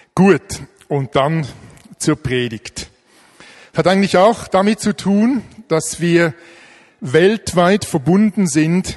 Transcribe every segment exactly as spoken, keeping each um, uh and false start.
Gut, und dann zur Predigt. Hat eigentlich auch damit zu tun, dass wir weltweit verbunden sind.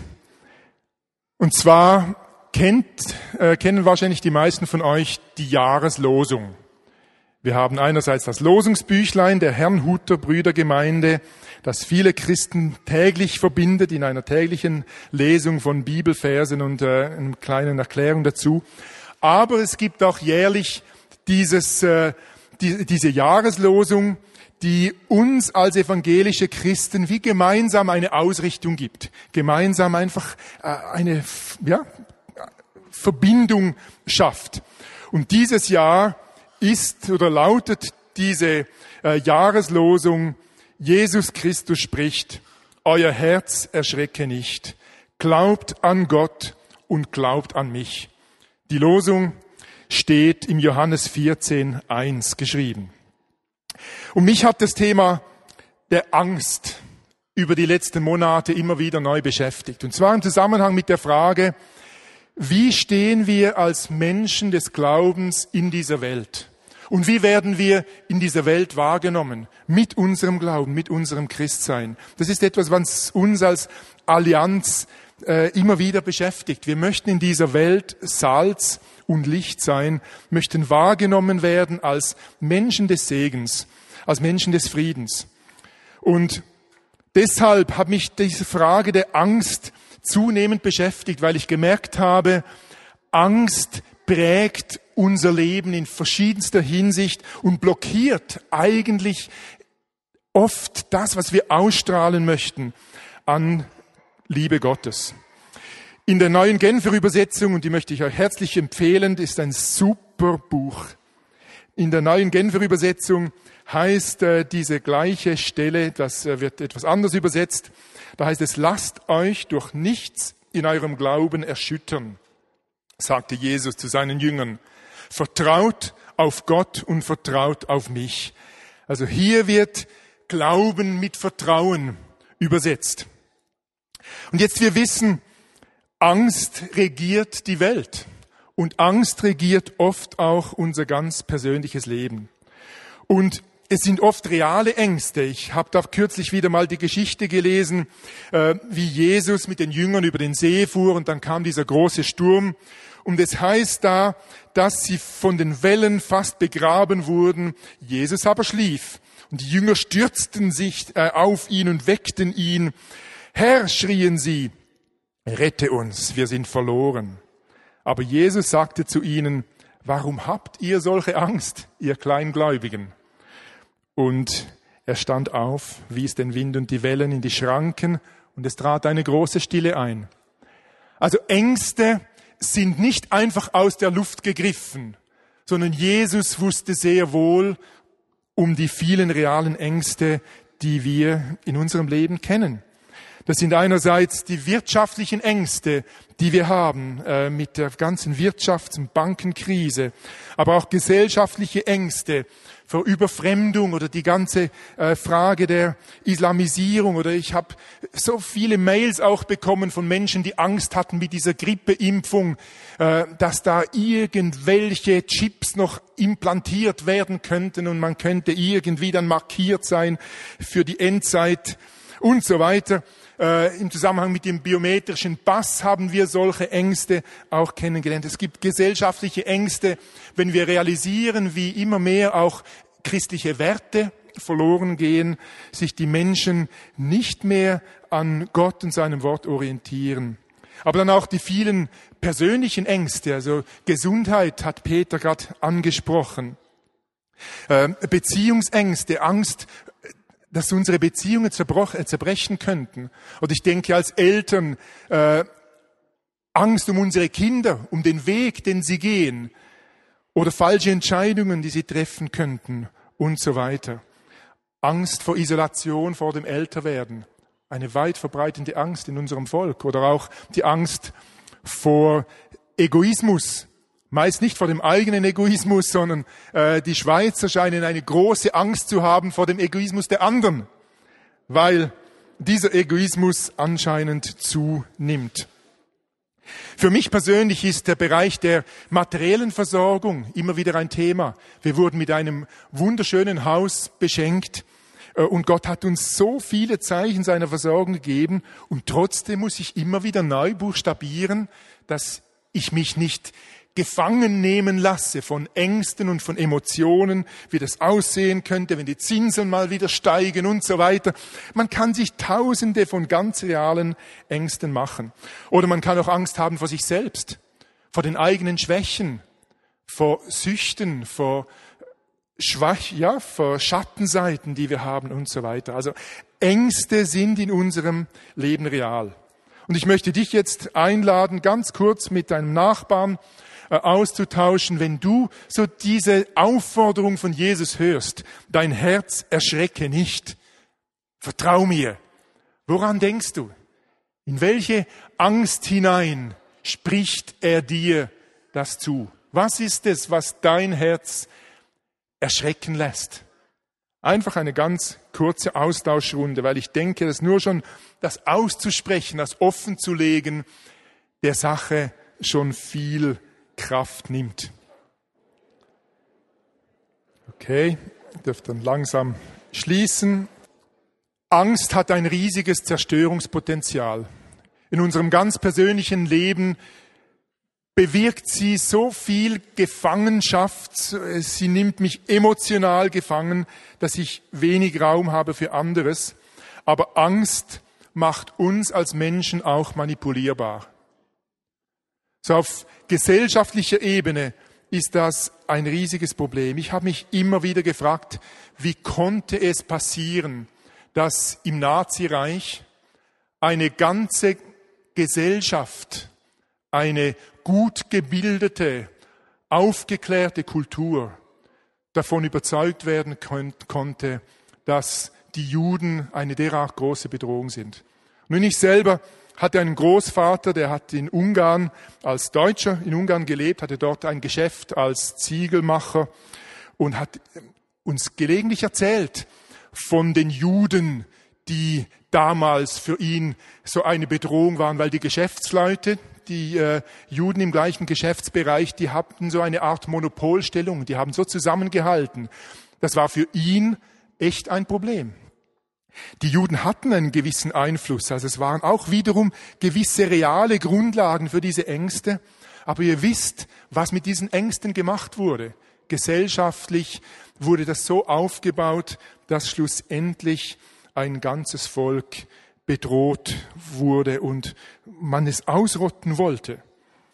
Und zwar kennt, äh, kennen wahrscheinlich die meisten von euch die Jahreslosung. Wir haben einerseits das Losungsbüchlein der Herrnhuter Brüdergemeinde, das viele Christen täglich verbindet in einer täglichen Lesung von Bibelversen und äh, einer kleinen Erklärung dazu. Aber es gibt auch jährlich dieses, äh, die, diese Jahreslosung, die uns als evangelische Christen wie gemeinsam eine Ausrichtung gibt. Gemeinsam einfach äh, eine ja, Verbindung schafft. Und dieses Jahr ist oder lautet diese äh, Jahreslosung: Jesus Christus spricht, euer Herz erschrecke nicht, glaubt an Gott und glaubt an mich. Die Losung steht im Johannes vierzehn eins geschrieben. Und mich hat das Thema der Angst über die letzten Monate immer wieder neu beschäftigt. Und zwar im Zusammenhang mit der Frage, wie stehen wir als Menschen des Glaubens in dieser Welt? Und wie werden wir in dieser Welt wahrgenommen? Mit unserem Glauben, mit unserem Christsein. Das ist etwas, was uns als Allianz äh, immer wieder beschäftigt. Wir möchten in dieser Welt Salz und Licht sein, möchten wahrgenommen werden als Menschen des Segens, als Menschen des Friedens. Und deshalb hat mich diese Frage der Angst zunehmend beschäftigt, weil ich gemerkt habe, Angst prägt unser Leben in verschiedenster Hinsicht und blockiert eigentlich oft das, was wir ausstrahlen möchten an Liebe Gottes. In der neuen Genfer Übersetzung, und die möchte ich euch herzlich empfehlen, ist ein super Buch. In der neuen Genfer Übersetzung heißt äh, diese gleiche Stelle, das äh, wird etwas anders übersetzt, da heißt es, lasst euch durch nichts in eurem Glauben erschüttern, sagte Jesus zu seinen Jüngern. Vertraut auf Gott und vertraut auf mich. Also hier wird Glauben mit Vertrauen übersetzt. Und jetzt wir wissen, Angst regiert die Welt. Und Angst regiert oft auch unser ganz persönliches Leben. Und es sind oft reale Ängste. Ich habe da kürzlich wieder mal die Geschichte gelesen, äh, wie Jesus mit den Jüngern über den See fuhr und dann kam dieser große Sturm. Und es heißt da, dass sie von den Wellen fast begraben wurden. Jesus aber schlief. Und die Jünger stürzten sich äh, auf ihn und weckten ihn. Herr, schrien sie, rette uns, wir sind verloren. Aber Jesus sagte zu ihnen, warum habt ihr solche Angst, ihr Kleingläubigen? Und er stand auf, wies den Wind und die Wellen in die Schranken und es trat eine große Stille ein. Also Ängste sind nicht einfach aus der Luft gegriffen, sondern Jesus wusste sehr wohl um die vielen realen Ängste, die wir in unserem Leben kennen. Das sind einerseits die wirtschaftlichen Ängste, die wir haben äh, mit der ganzen Wirtschafts- und Bankenkrise, aber auch gesellschaftliche Ängste vor Überfremdung oder die ganze äh, Frage der Islamisierung. Oder ich habe so viele Mails auch bekommen von Menschen, die Angst hatten mit dieser Grippeimpfung, äh, dass da irgendwelche Chips noch implantiert werden könnten und man könnte irgendwie dann markiert sein für die Endzeit und so weiter. Äh, Im Zusammenhang mit dem biometrischen Pass haben wir solche Ängste auch kennengelernt. Es gibt gesellschaftliche Ängste, wenn wir realisieren, wie immer mehr auch christliche Werte verloren gehen, sich die Menschen nicht mehr an Gott und seinem Wort orientieren. Aber dann auch die vielen persönlichen Ängste, also Gesundheit hat Peter gerade angesprochen, äh, Beziehungsängste, Angst, dass unsere Beziehungen zerbrechen könnten. Oder ich denke als Eltern, äh, Angst um unsere Kinder, um den Weg, den sie gehen. Oder falsche Entscheidungen, die sie treffen könnten und so weiter. Angst vor Isolation, vor dem Älterwerden. Eine weit verbreitende Angst in unserem Volk. Oder auch die Angst vor Egoismus. Meist nicht vor dem eigenen Egoismus, sondern äh, die Schweizer scheinen eine große Angst zu haben vor dem Egoismus der anderen, weil dieser Egoismus anscheinend zunimmt. Für mich persönlich ist der Bereich der materiellen Versorgung immer wieder ein Thema. Wir wurden mit einem wunderschönen Haus beschenkt und Gott hat uns so viele Zeichen seiner Versorgung gegeben und trotzdem muss ich immer wieder neu buchstabieren, dass ich mich nicht gefangen nehmen lasse von Ängsten und von Emotionen, wie das aussehen könnte, wenn die Zinsen mal wieder steigen und so weiter. Man kann sich tausende von ganz realen Ängsten machen. Oder man kann auch Angst haben vor sich selbst, vor den eigenen Schwächen, vor Süchten, vor Schwach, ja, vor Schattenseiten, die wir haben und so weiter. Also Ängste sind in unserem Leben real. Und ich möchte dich jetzt einladen, ganz kurz mit deinem Nachbarn auszutauschen, wenn du so diese Aufforderung von Jesus hörst, dein Herz erschrecke nicht, vertrau mir. Woran denkst du? In welche Angst hinein spricht er dir das zu? Was ist es, was dein Herz erschrecken lässt? Einfach eine ganz kurze Austauschrunde, weil ich denke, dass nur schon das auszusprechen, das offenzulegen, der Sache schon viel Kraft nimmt. Okay, ihr dürft dann langsam schließen. Angst hat ein riesiges Zerstörungspotenzial. In unserem ganz persönlichen Leben bewirkt sie so viel Gefangenschaft, sie nimmt mich emotional gefangen, dass ich wenig Raum habe für anderes. Aber Angst macht uns als Menschen auch manipulierbar. So auf gesellschaftlicher Ebene ist das ein riesiges Problem. Ich habe mich immer wieder gefragt, wie konnte es passieren, dass im Nazireich eine ganze Gesellschaft, eine gut gebildete, aufgeklärte Kultur davon überzeugt werden konnte, dass die Juden eine derart große Bedrohung sind. Nun, ich selber hatte einen Großvater, der hat in Ungarn als Deutscher in Ungarn gelebt, hatte dort ein Geschäft als Ziegelmacher und hat uns gelegentlich erzählt von den Juden, die damals für ihn so eine Bedrohung waren, weil die Geschäftsleute, die äh, Juden im gleichen Geschäftsbereich, die hatten so eine Art Monopolstellung, die haben so zusammengehalten. Das war für ihn echt ein Problem. Die Juden hatten einen gewissen Einfluss, also es waren auch wiederum gewisse reale Grundlagen für diese Ängste. Aber ihr wisst, was mit diesen Ängsten gemacht wurde. Gesellschaftlich wurde das so aufgebaut, dass schlussendlich ein ganzes Volk bedroht wurde und man es ausrotten wollte.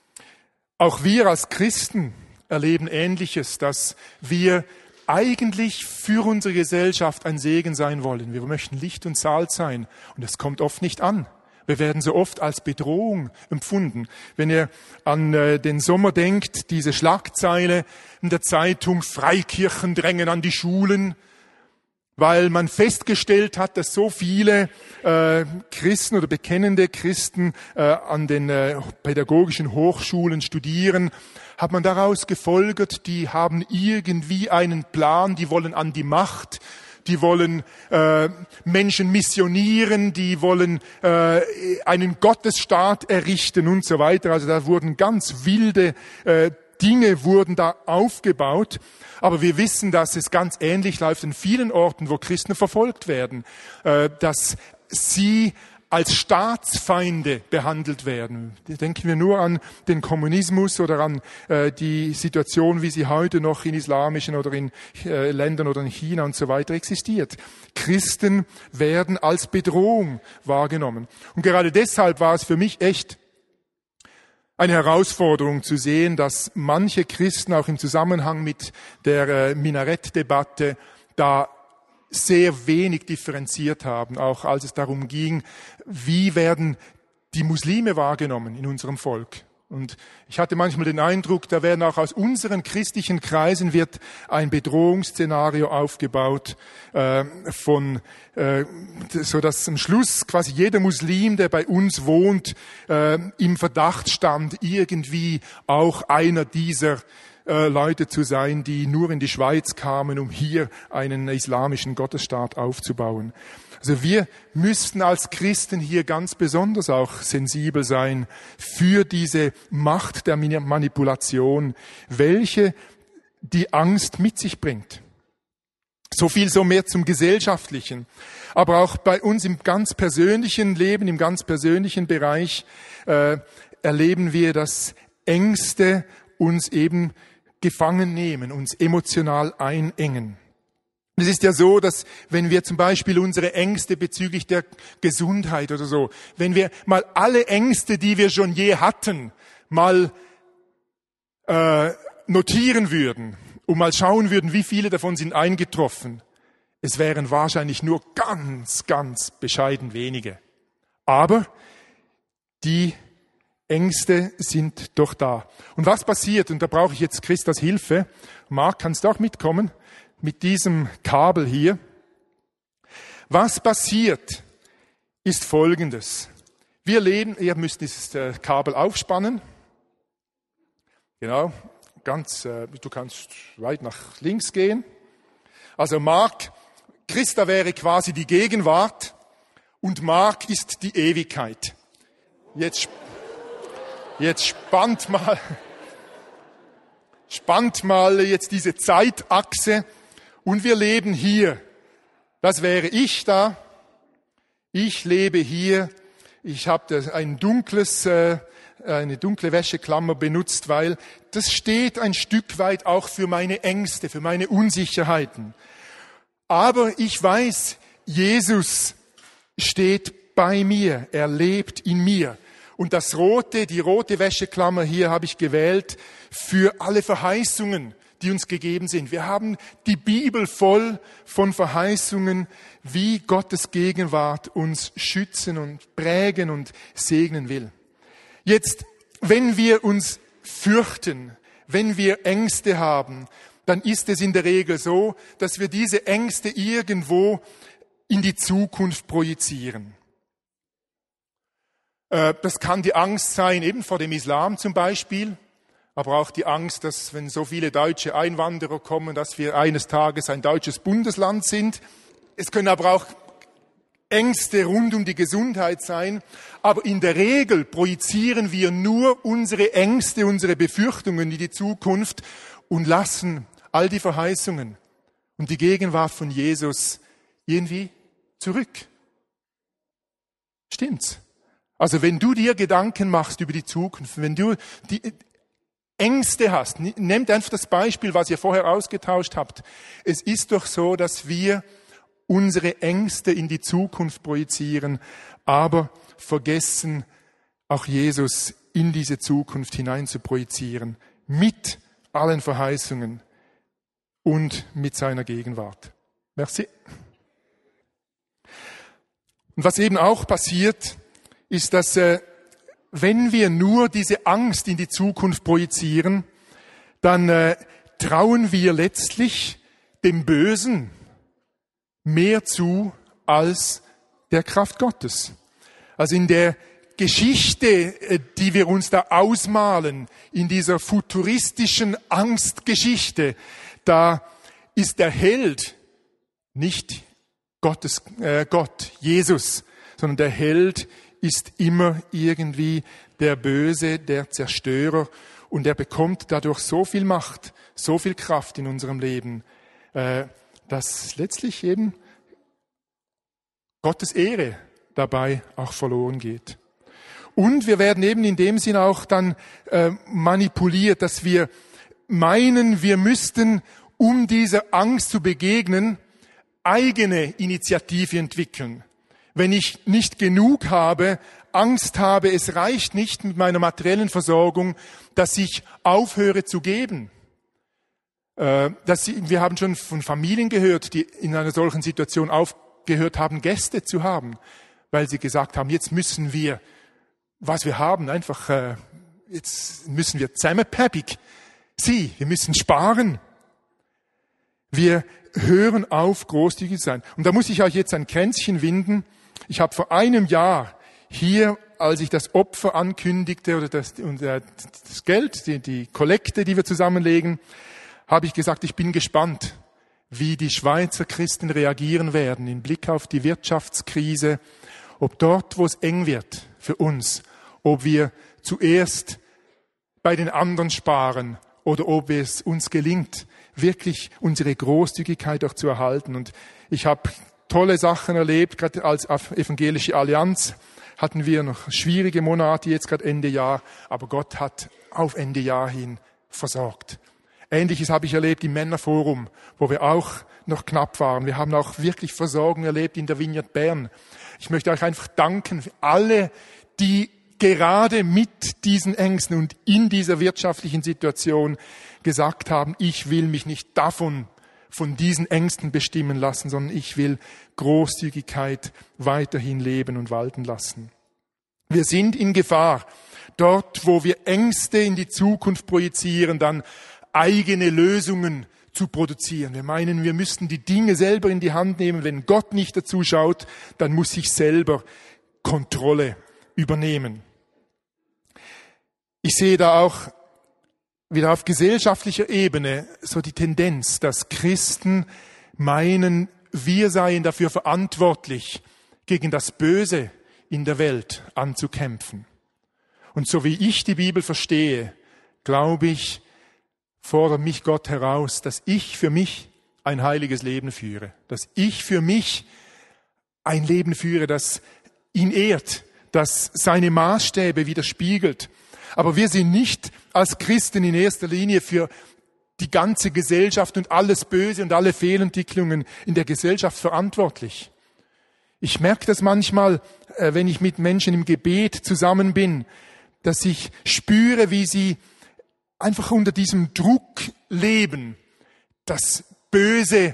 Auch wir als Christen erleben Ähnliches, dass wir eigentlich für unsere Gesellschaft ein Segen sein wollen. Wir möchten Licht und Salz sein und das kommt oft nicht an. Wir werden so oft als Bedrohung empfunden. Wenn ihr an äh, den Sommer denkt, diese Schlagzeile in der Zeitung, Freikirchen drängen an die Schulen, weil man festgestellt hat, dass so viele äh, Christen oder bekennende Christen äh, an den äh, pädagogischen Hochschulen studieren, hat man daraus gefolgert, die haben irgendwie einen Plan, die wollen an die Macht, die wollen äh, Menschen missionieren, die wollen äh, einen Gottesstaat errichten und so weiter. Also da wurden ganz wilde äh, Dinge wurden da aufgebaut. Aber wir wissen, dass es ganz ähnlich läuft in vielen Orten, wo Christen verfolgt werden, äh, dass sie als Staatsfeinde behandelt werden. Denken wir nur an den Kommunismus oder an äh, die Situation, wie sie heute noch in islamischen oder in äh, Ländern oder in China und so weiter existiert. Christen werden als Bedrohung wahrgenommen. Und gerade deshalb war es für mich echt eine Herausforderung zu sehen, dass manche Christen auch im Zusammenhang mit der äh, Minarettdebatte da sehr wenig differenziert haben, auch als es darum ging, wie werden die Muslime wahrgenommen in unserem Volk. Und ich hatte manchmal den Eindruck, da werden auch aus unseren christlichen Kreisen wird ein Bedrohungsszenario aufgebaut, äh, von, äh, so dass am Schluss quasi jeder Muslim, der bei uns wohnt, äh, im Verdacht stand, irgendwie auch einer dieser äh, Leute zu sein, die nur in die Schweiz kamen, um hier einen islamischen Gottesstaat aufzubauen. Also wir müssten als Christen hier ganz besonders auch sensibel sein für diese Macht der Manipulation, welche die Angst mit sich bringt. So viel so mehr zum Gesellschaftlichen. Aber auch bei uns im ganz persönlichen Leben, im ganz persönlichen Bereich äh, erleben wir, dass Ängste uns eben gefangen nehmen, uns emotional einengen. Es ist ja so, dass wenn wir zum Beispiel unsere Ängste bezüglich der Gesundheit oder so, wenn wir mal alle Ängste, die wir schon je hatten, mal äh, notieren würden und mal schauen würden, wie viele davon sind eingetroffen, es wären wahrscheinlich nur ganz, ganz bescheiden wenige. Aber die Ängste sind doch da. Und was passiert? Und da brauche ich jetzt Christas Hilfe. Marc, kannst du auch mitkommen? Mit diesem Kabel hier. Was passiert, ist Folgendes. Wir leben, ihr müsst dieses äh, Kabel aufspannen. Genau, ganz, äh, du kannst weit nach links gehen. Also Marc, Christa wäre quasi die Gegenwart und Marc ist die Ewigkeit. Jetzt, jetzt spannt mal, spannt mal jetzt diese Zeitachse. Und wir leben hier. Das wäre ich da. Ich lebe hier. Ich habe ein dunkles, äh, eine dunkle Wäscheklammer benutzt, weil das steht ein Stück weit auch für meine Ängste, für meine Unsicherheiten. Aber ich weiß, Jesus steht bei mir. Er lebt in mir. Und das rote, die rote Wäscheklammer hier habe ich gewählt für alle Verheißungen, die uns gegeben sind. Wir haben die Bibel voll von Verheißungen, wie Gottes Gegenwart uns schützen und prägen und segnen will. Jetzt, wenn wir uns fürchten, wenn wir Ängste haben, dann ist es in der Regel so, dass wir diese Ängste irgendwo in die Zukunft projizieren. Das kann die Angst sein, eben vor dem Islam zum Beispiel, aber auch die Angst, dass wenn so viele deutsche Einwanderer kommen, dass wir eines Tages ein deutsches Bundesland sind. Es können aber auch Ängste rund um die Gesundheit sein. Aber in der Regel projizieren wir nur unsere Ängste, unsere Befürchtungen in die Zukunft und lassen all die Verheißungen und die Gegenwart von Jesus irgendwie zurück. Stimmt's? Also wenn du dir Gedanken machst über die Zukunft, wenn du die Ängste hast, nehmt einfach das Beispiel, was ihr vorher ausgetauscht habt. Es ist doch so, dass wir unsere Ängste in die Zukunft projizieren, aber vergessen, auch Jesus in diese Zukunft hinein zu projizieren, mit allen Verheißungen und mit seiner Gegenwart. Merci. Und was eben auch passiert, ist, dass äh, wenn wir nur diese Angst in die Zukunft projizieren, dann äh, trauen wir letztlich dem Bösen mehr zu als der Kraft Gottes. Also in der Geschichte, äh, die wir uns da ausmalen, in dieser futuristischen Angstgeschichte, da ist der Held nicht Gottes, äh, Gott, Jesus, sondern der Held ist immer irgendwie der Böse, der Zerstörer, und er bekommt dadurch so viel Macht, so viel Kraft in unserem Leben, dass letztlich eben Gottes Ehre dabei auch verloren geht. Und wir werden eben in dem Sinn auch dann manipuliert, dass wir meinen, wir müssten, um dieser Angst zu begegnen, eigene Initiative entwickeln. Wenn ich nicht genug habe, Angst habe, es reicht nicht mit meiner materiellen Versorgung, dass ich aufhöre zu geben. Äh, dass ich, wir haben schon von Familien gehört, die in einer solchen Situation aufgehört haben, Gäste zu haben, weil sie gesagt haben, jetzt müssen wir, was wir haben, einfach, äh, jetzt müssen wir zusammenpäppig. Sie, wir müssen sparen. Wir hören auf, großzügig zu sein. Und da muss ich euch jetzt ein Kränzchen winden. Ich habe vor einem Jahr hier als ich das Opfer ankündigte oder das, das Geld, die, die Kollekte, die wir zusammenlegen, habe ich gesagt, ich bin gespannt, wie die Schweizer Christen reagieren werden im Blick auf die Wirtschaftskrise, ob dort, wo es eng wird für uns, ob wir zuerst bei den anderen sparen oder ob es uns gelingt, wirklich unsere Großzügigkeit auch zu erhalten. Und ich habe tolle Sachen erlebt, gerade als Evangelische Allianz hatten wir noch schwierige Monate, jetzt gerade Ende Jahr, aber Gott hat auf Ende Jahr hin versorgt. Ähnliches habe ich erlebt im Männerforum, wo wir auch noch knapp waren. Wir haben auch wirklich Versorgung erlebt in der Vineyard Bern. Ich möchte euch einfach danken für alle, die gerade mit diesen Ängsten und in dieser wirtschaftlichen Situation gesagt haben, ich will mich nicht davon, von diesen Ängsten bestimmen lassen, sondern ich will Großzügigkeit weiterhin leben und walten lassen. Wir sind in Gefahr, dort, wo wir Ängste in die Zukunft projizieren, dann eigene Lösungen zu produzieren. Wir meinen, wir müssten die Dinge selber in die Hand nehmen. Wenn Gott nicht dazu schaut, dann muss ich selber Kontrolle übernehmen. Ich sehe da auch wieder auf gesellschaftlicher Ebene so die Tendenz, dass Christen meinen, wir seien dafür verantwortlich, gegen das Böse in der Welt anzukämpfen. Und so wie ich die Bibel verstehe, glaube ich, fordert mich Gott heraus, dass ich für mich ein heiliges Leben führe, dass ich für mich ein Leben führe, das ihn ehrt, das seine Maßstäbe widerspiegelt. Aber wir sind nicht als Christen in erster Linie für die ganze Gesellschaft und alles Böse und alle Fehlentwicklungen in der Gesellschaft verantwortlich. Ich merke das manchmal, wenn ich mit Menschen im Gebet zusammen bin, dass ich spüre, wie sie einfach unter diesem Druck leben, das Böse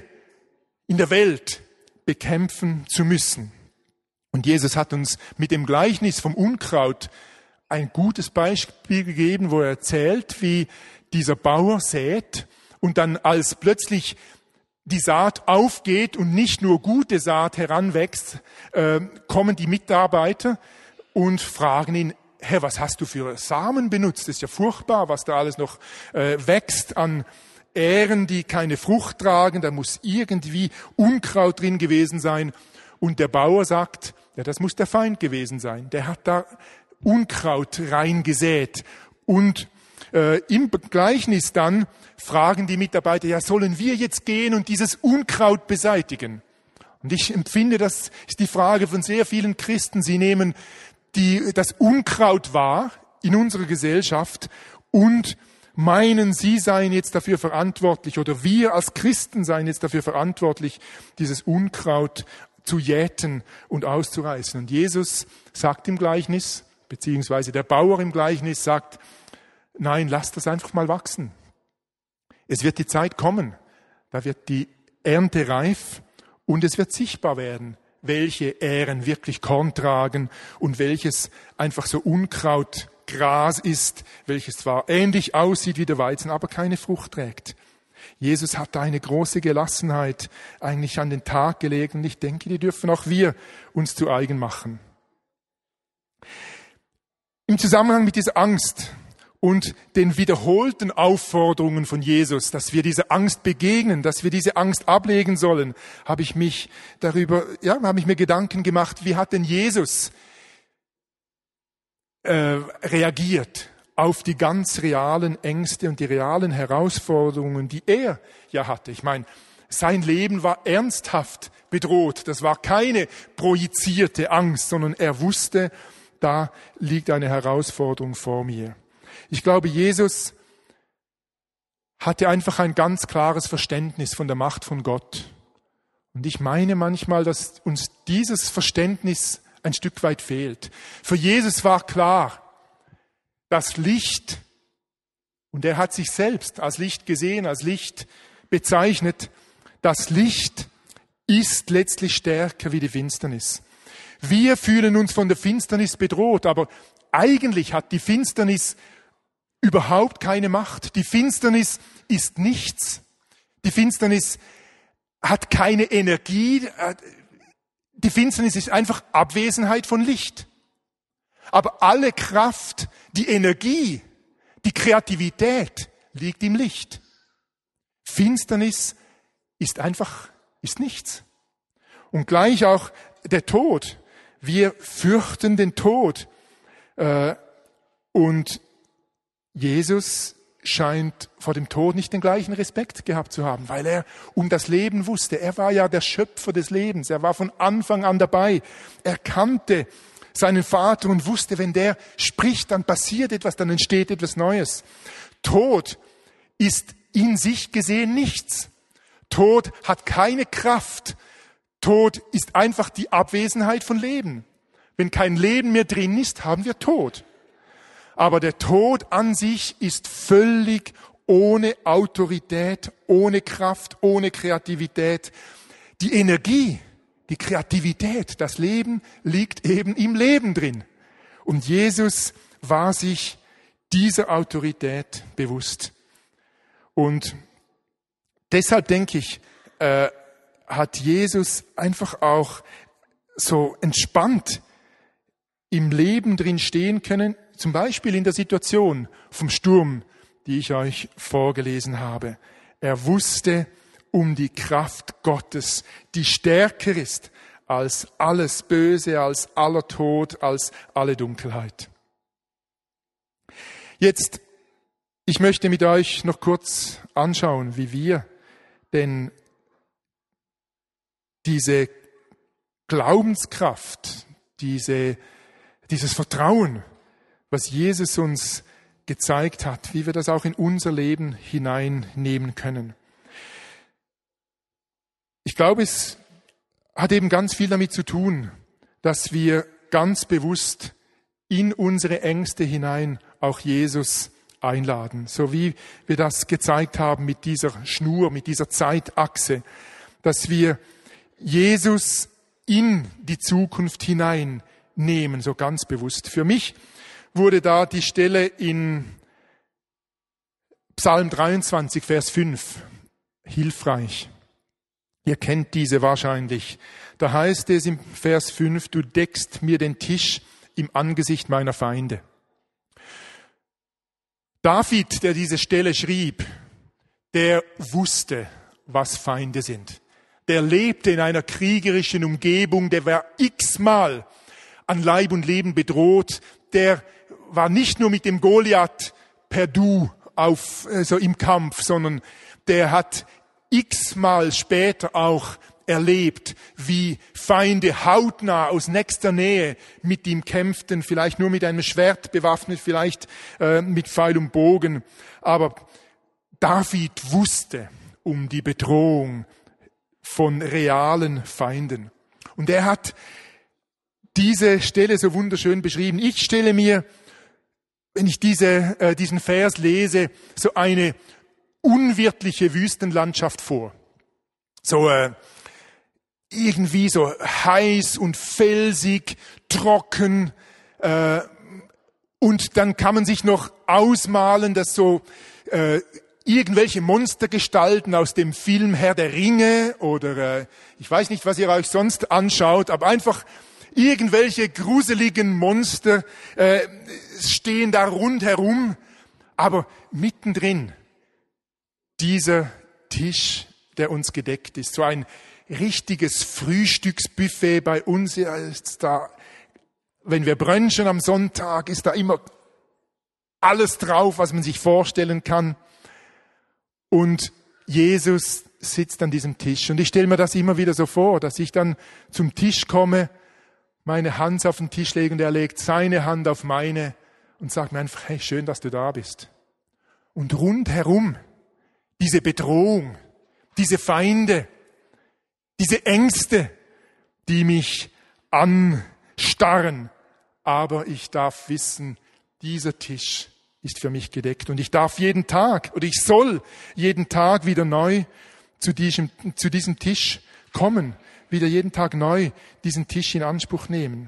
in der Welt bekämpfen zu müssen. Und Jesus hat uns mit dem Gleichnis vom Unkraut ein gutes Beispiel gegeben, wo er erzählt, wie dieser Bauer sät und dann als plötzlich die Saat aufgeht und nicht nur gute Saat heranwächst, äh, kommen die Mitarbeiter und fragen ihn, Herr, was hast du für Samen benutzt? Das ist ja furchtbar, was da alles noch äh, wächst an Ähren, die keine Frucht tragen. Da muss irgendwie Unkraut drin gewesen sein. Und der Bauer sagt, ja, das muss der Feind gewesen sein. Der hat da Unkraut reingesät. Und äh, im Gleichnis dann fragen die Mitarbeiter, ja, sollen wir jetzt gehen und dieses Unkraut beseitigen? Und ich empfinde, das ist die Frage von sehr vielen Christen. Sie nehmen die, das Unkraut wahr in unserer Gesellschaft und meinen, sie seien jetzt dafür verantwortlich oder wir als Christen seien jetzt dafür verantwortlich, dieses Unkraut zu jäten und auszureißen. Und Jesus sagt im Gleichnis, beziehungsweise der Bauer im Gleichnis sagt, nein, lass das einfach mal wachsen. Es wird die Zeit kommen, da wird die Ernte reif und es wird sichtbar werden, welche Ähren wirklich Korn tragen und welches einfach so Unkrautgras ist, welches zwar ähnlich aussieht wie der Weizen, aber keine Frucht trägt. Jesus hat da eine große Gelassenheit eigentlich an den Tag gelegt und ich denke, die dürfen auch wir uns zu eigen machen. Im Zusammenhang mit dieser Angst und den wiederholten Aufforderungen von Jesus, dass wir dieser Angst begegnen, dass wir diese Angst ablegen sollen, habe ich mich darüber, ja, habe ich mir Gedanken gemacht, wie hat denn Jesus äh, reagiert auf die ganz realen Ängste und die realen Herausforderungen, die er ja hatte. Ich meine, sein Leben war ernsthaft bedroht. Das war keine projizierte Angst, sondern er wusste, da liegt eine Herausforderung vor mir. Ich glaube, Jesus hatte einfach ein ganz klares Verständnis von der Macht von Gott. Und ich meine manchmal, dass uns dieses Verständnis ein Stück weit fehlt. Für Jesus war klar, das Licht, und er hat sich selbst als Licht gesehen, als Licht bezeichnet, das Licht ist letztlich stärker wie die Finsternis. Wir fühlen uns von der Finsternis bedroht, aber eigentlich hat die Finsternis überhaupt keine Macht. Die Finsternis ist nichts. Die Finsternis hat keine Energie. Die Finsternis ist einfach Abwesenheit von Licht. Aber alle Kraft, die Energie, die Kreativität liegt im Licht. Finsternis ist einfach, ist nichts. Und gleich auch der Tod. Wir fürchten den Tod. Äh, und Jesus scheint vor dem Tod nicht den gleichen Respekt gehabt zu haben, weil er um das Leben wusste. Er war ja der Schöpfer des Lebens. Er war von Anfang an dabei. Er kannte seinen Vater und wusste, wenn der spricht, dann passiert etwas, dann entsteht etwas Neues. Tod ist in sich gesehen nichts. Tod hat keine Kraft. Tod ist einfach die Abwesenheit von Leben. Wenn kein Leben mehr drin ist, haben wir Tod. Aber der Tod an sich ist völlig ohne Autorität, ohne Kraft, ohne Kreativität. Die Energie, die Kreativität, das Leben liegt eben im Leben drin. Und Jesus war sich dieser Autorität bewusst. Und deshalb denke ich, äh, hat Jesus einfach auch so entspannt im Leben drin stehen können, zum Beispiel in der Situation vom Sturm, die ich euch vorgelesen habe. Er wusste um die Kraft Gottes, die stärker ist als alles Böse, als aller Tod, als alle Dunkelheit. Jetzt, ich möchte mit euch noch kurz anschauen, wie wir denn diese Glaubenskraft, diese, dieses Vertrauen, was Jesus uns gezeigt hat, wie wir das auch in unser Leben hineinnehmen können. Ich glaube, es hat eben ganz viel damit zu tun, dass wir ganz bewusst in unsere Ängste hinein auch Jesus einladen. So wie wir das gezeigt haben mit dieser Schnur, mit dieser Zeitachse, dass wir Jesus in die Zukunft hineinnehmen, so ganz bewusst. Für mich wurde da die Stelle in Psalm dreiundzwanzig, Vers fünf, hilfreich. Ihr kennt diese wahrscheinlich. Da heißt es im Vers fünf, du deckst mir den Tisch im Angesicht meiner Feinde. David, der diese Stelle schrieb, der wusste, was Feinde sind. Der lebte in einer kriegerischen Umgebung, der war x-mal an Leib und Leben bedroht. Der war nicht nur mit dem Goliath per Du auf, also im Kampf, sondern der hat x-mal später auch erlebt, wie Feinde hautnah aus nächster Nähe mit ihm kämpften, vielleicht nur mit einem Schwert bewaffnet, vielleicht äh, mit Pfeil und Bogen. Aber David wusste um die Bedrohung von realen Feinden. Und er hat diese Stelle so wunderschön beschrieben. Ich stelle mir, wenn ich diese, äh, diesen Vers lese, so eine unwirtliche Wüstenlandschaft vor. So äh, irgendwie so heiß und felsig, trocken. Äh, und dann kann man sich noch ausmalen, dass so äh, irgendwelche Monstergestalten aus dem Film Herr der Ringe oder äh, ich weiß nicht, was ihr euch sonst anschaut, aber einfach irgendwelche gruseligen Monster äh, stehen da rundherum, aber mittendrin dieser Tisch, der uns gedeckt ist, so ein richtiges Frühstücksbuffet bei uns ist da. Wenn wir brunchen am Sonntag, ist da immer alles drauf, was man sich vorstellen kann. Und Jesus sitzt an diesem Tisch. Und ich stelle mir das immer wieder so vor, dass ich dann zum Tisch komme, meine Hand auf den Tisch lege und er legt seine Hand auf meine und sagt mir einfach, hey, schön, dass du da bist. Und rundherum diese Bedrohung, diese Feinde, diese Ängste, die mich anstarren. Aber ich darf wissen, dieser Tisch ist für mich gedeckt. Und ich darf jeden Tag, oder ich soll jeden Tag wieder neu zu diesem, zu diesem Tisch kommen, wieder jeden Tag neu diesen Tisch in Anspruch nehmen.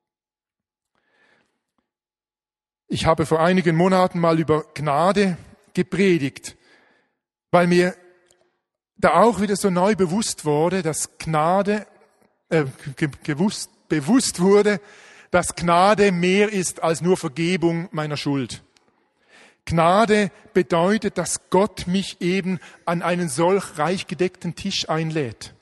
Ich habe vor einigen Monaten mal über Gnade gepredigt, weil mir da auch wieder so neu bewusst wurde, dass Gnade, äh, gewusst, bewusst wurde, dass Gnade mehr ist als nur Vergebung meiner Schuld. Gnade bedeutet, dass Gott mich eben an einen solch reich gedeckten Tisch einlädt.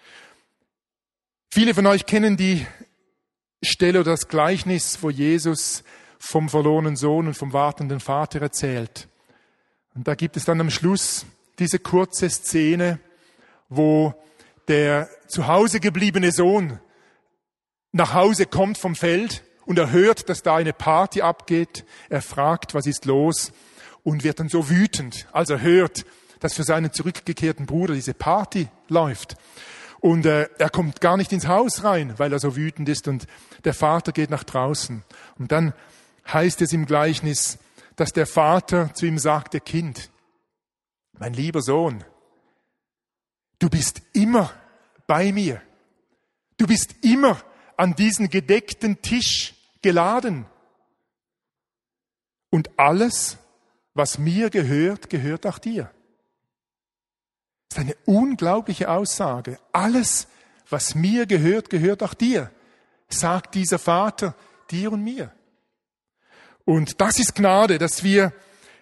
Viele von euch kennen die Stelle oder das Gleichnis, wo Jesus vom verlorenen Sohn und vom wartenden Vater erzählt. Und da gibt es dann am Schluss diese kurze Szene, wo der zu Hause gebliebene Sohn nach Hause kommt vom Feld und er hört, dass da eine Party abgeht. Er fragt, was ist los? Und wird dann so wütend, als er hört, dass für seinen zurückgekehrten Bruder diese Party läuft. Und äh, er kommt gar nicht ins Haus rein, weil er so wütend ist. Und der Vater geht nach draußen. Und dann heißt es im Gleichnis, dass der Vater zu ihm sagte, Kind, mein lieber Sohn, du bist immer bei mir. Du bist immer an diesen gedeckten Tisch geladen. Und alles, was mir gehört, gehört auch dir. Das ist eine unglaubliche Aussage. Alles, was mir gehört, gehört auch dir, sagt dieser Vater dir und mir. Und das ist Gnade, dass wir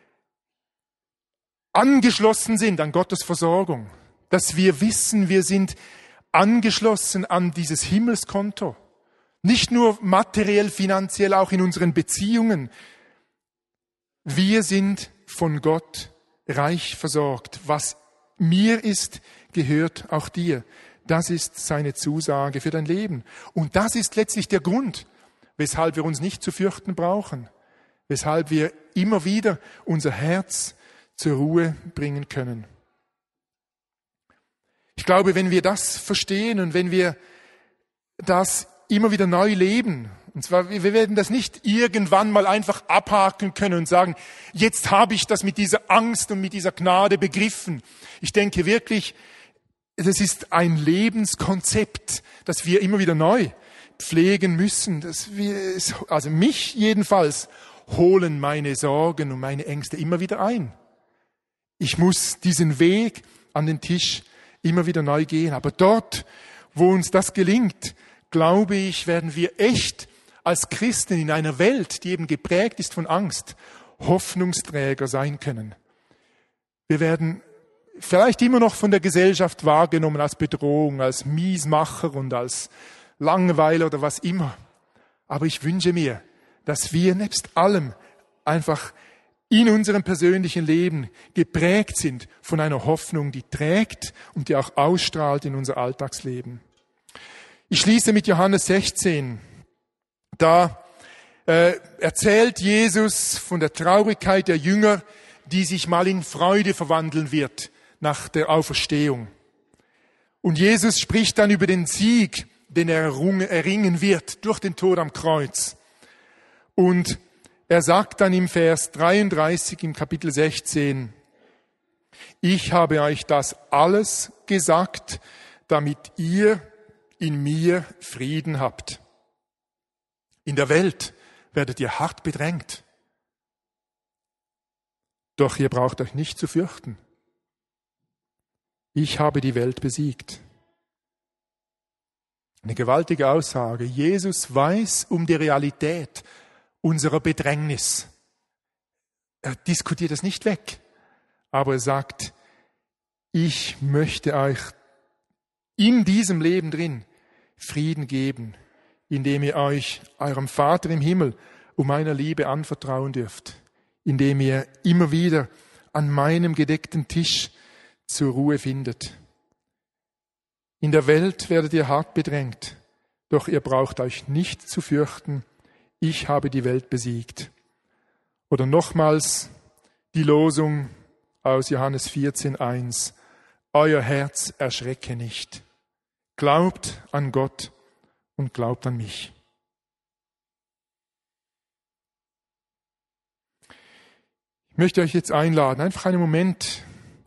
angeschlossen sind an Gottes Versorgung, dass wir wissen, wir sind angeschlossen an dieses Himmelskonto. Nicht nur materiell, finanziell, auch in unseren Beziehungen. Wir sind von Gott reich versorgt. Was mir ist, gehört auch dir. Das ist seine Zusage für dein Leben. Und das ist letztlich der Grund, weshalb wir uns nicht zu fürchten brauchen. Weshalb wir immer wieder unser Herz zur Ruhe bringen können. Ich glaube, wenn wir das verstehen und wenn wir das immer wieder neu leben, und zwar, wir werden das nicht irgendwann mal einfach abhaken können und sagen, jetzt habe ich das mit dieser Angst und mit dieser Gnade begriffen. Ich denke wirklich, das ist ein Lebenskonzept, das wir immer wieder neu pflegen müssen. Dass wir, also mich jedenfalls holen meine Sorgen und meine Ängste immer wieder ein. Ich muss diesen Weg an den Tisch immer wieder neu gehen. Aber dort, wo uns das gelingt, glaube ich, werden wir echt als Christen in einer Welt, die eben geprägt ist von Angst, Hoffnungsträger sein können. Wir werden vielleicht immer noch von der Gesellschaft wahrgenommen als Bedrohung, als Miesmacher und als Langweiler oder was immer. Aber ich wünsche mir, dass wir nebst allem einfach in unserem persönlichen Leben geprägt sind von einer Hoffnung, die trägt und die auch ausstrahlt in unser Alltagsleben. Ich schließe mit Johannes sechzehn. Da äh, erzählt Jesus von der Traurigkeit der Jünger, die sich mal in Freude verwandeln wird nach der Auferstehung. Und Jesus spricht dann über den Sieg, den er erringen wird durch den Tod am Kreuz. Und er sagt dann im Vers dreiunddreißig im Kapitel sechzehn, ich habe euch das alles gesagt, damit ihr in mir Frieden habt. In der Welt werdet ihr hart bedrängt. Doch ihr braucht euch nicht zu fürchten. Ich habe die Welt besiegt. Eine gewaltige Aussage. Jesus weiß um die Realität unserer Bedrängnis. Er diskutiert es nicht weg, aber er sagt, ich möchte euch in diesem Leben drin Frieden geben, indem ihr euch eurem Vater im Himmel um meiner Liebe anvertrauen dürft, indem ihr immer wieder an meinem gedeckten Tisch zur Ruhe findet. In der Welt werdet ihr hart bedrängt, doch ihr braucht euch nicht zu fürchten, ich habe die Welt besiegt. Oder nochmals die Losung aus Johannes vierzehn eins. Euer Herz erschrecke nicht. Glaubt an Gott und glaubt an mich. Ich möchte euch jetzt einladen, einfach einen Moment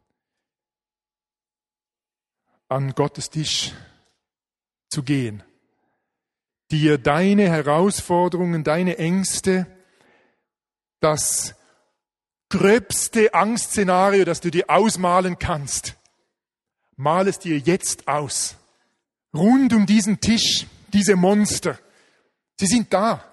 an Gottes Tisch zu gehen, dir deine Herausforderungen, deine Ängste, das gröbste Angstszenario, das du dir ausmalen kannst, mal es dir jetzt aus. Rund um diesen Tisch, diese Monster, Sie sind da.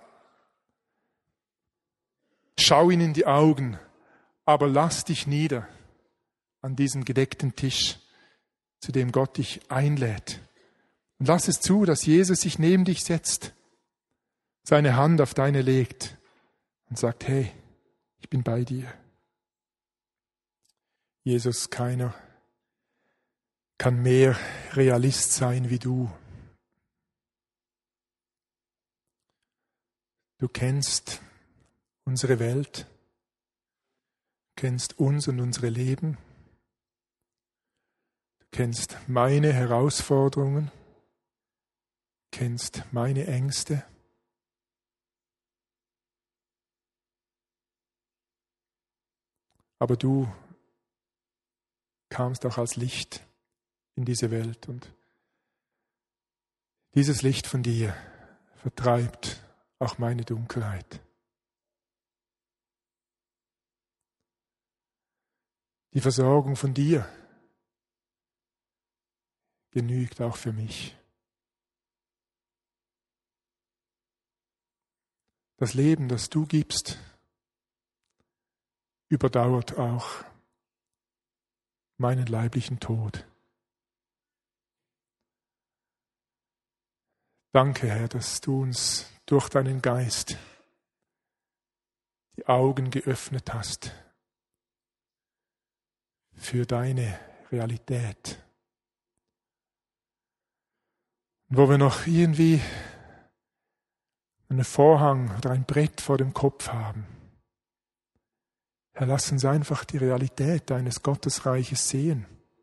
Schau ihnen in die Augen, aber lass dich nieder an diesem gedeckten Tisch, zu dem Gott dich einlädt. Und lass es zu, dass Jesus sich neben dich setzt, seine Hand auf deine legt und sagt, hey, ich bin bei dir. Jesus, keiner kann mehr Realist sein wie du. Du kennst unsere Welt, kennst uns und unsere Leben, du kennst meine Herausforderungen, kennst meine Ängste. Aber du kamst auch als Licht in diese Welt und dieses Licht von dir vertreibt auch meine Dunkelheit. Die Versorgung von dir genügt auch für mich. Das Leben, das du gibst, überdauert auch meinen leiblichen Tod. Danke, Herr, dass du uns durch deinen Geist die Augen geöffnet hast für deine Realität. Und wo wir noch irgendwie einen Vorhang oder ein Brett vor dem Kopf haben, Herr, lass uns einfach die Realität deines Gottesreiches sehen.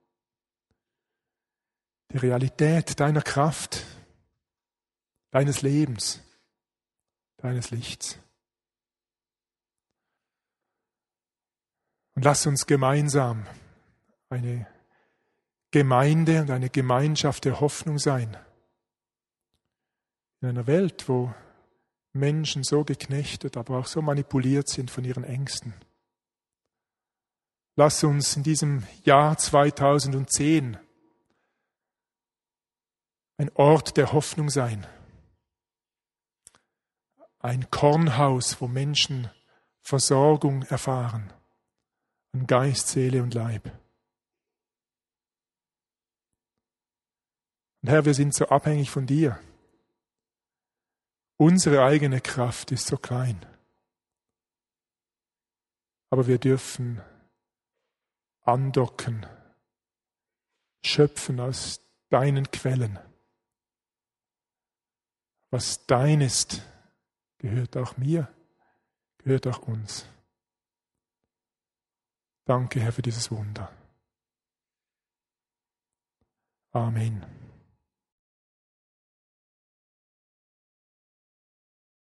Die Realität deiner Kraft, deines Lebens, deines Lichts. Und lass uns gemeinsam eine Gemeinde und eine Gemeinschaft der Hoffnung sein. In einer Welt, wo Menschen so geknechtet, aber auch so manipuliert sind von ihren Ängsten. Lass uns in diesem Jahr zweitausendzehn ein Ort der Hoffnung sein. Ein Kornhaus, wo Menschen Versorgung erfahren. An Geist, Seele und Leib. Und Herr, wir sind so abhängig von dir. Unsere eigene Kraft ist so klein. Aber wir dürfen andocken, schöpfen aus deinen Quellen. Was dein ist, gehört auch mir, gehört auch uns. Danke, Herr, für dieses Wunder. Amen.